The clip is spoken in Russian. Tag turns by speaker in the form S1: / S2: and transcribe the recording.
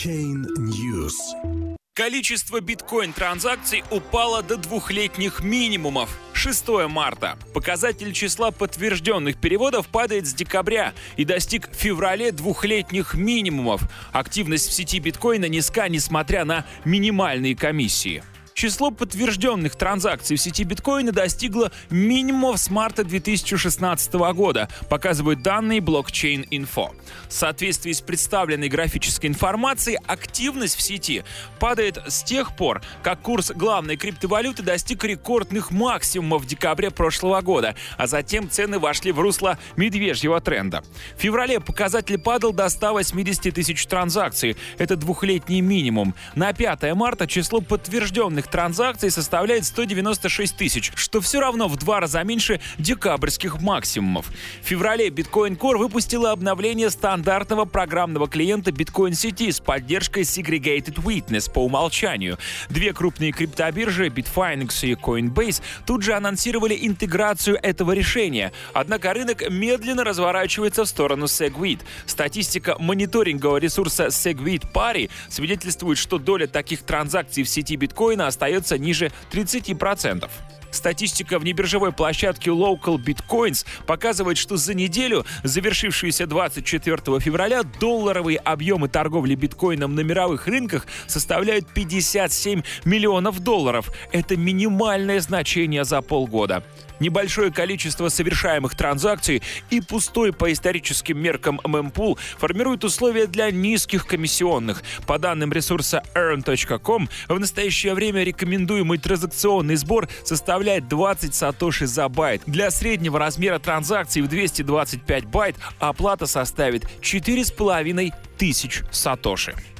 S1: Blockchain News.
S2: Количество биткоин-транзакций упало до двухлетних минимумов. 6 марта. Показатель числа подтвержденных переводов падает с декабря и достиг в феврале двухлетних минимумов. Активность в сети биткоина низка, несмотря на минимальные комиссии. Число подтвержденных транзакций в сети биткоина достигло минимумов с марта 2016 года, показывают данные Blockchain Info. В соответствии с представленной графической информацией, активность в сети падает с тех пор, как курс главной криптовалюты достиг рекордных максимумов в декабре прошлого года, а затем цены вошли в русло медвежьего тренда. В феврале показатель падал до 180 тысяч транзакций, это двухлетний минимум. На 5 марта число подтвержденных транзакций составляет 196 тысяч, что все равно в 2 раза меньше декабрьских максимумов. В феврале Bitcoin Core выпустила обновление стандартного программного клиента Bitcoin сети с поддержкой Segregated Witness по умолчанию. 2 крупные криптобиржи Bitfinex и Coinbase тут же анонсировали интеграцию этого решения. Однако рынок медленно разворачивается в сторону Segwit. Статистика мониторингового ресурса Segwit Parity свидетельствует, что доля таких транзакций в сети биткоина остается ниже 30%. Статистика внебиржевой площадки Local Bitcoins показывает, что за неделю, завершившуюся 24 февраля, долларовые объемы торговли биткоином на мировых рынках составляют 57 миллионов долларов. Это минимальное значение за полгода. Небольшое количество совершаемых транзакций и пустой по историческим меркам мемпул формируют условия для низких комиссионных. По данным ресурса earn.com, в настоящее время рекомендуемый транзакционный сбор составляет 20 сатоши за байт. Для среднего размера транзакций в 225 байт оплата составит 4500 сатоши.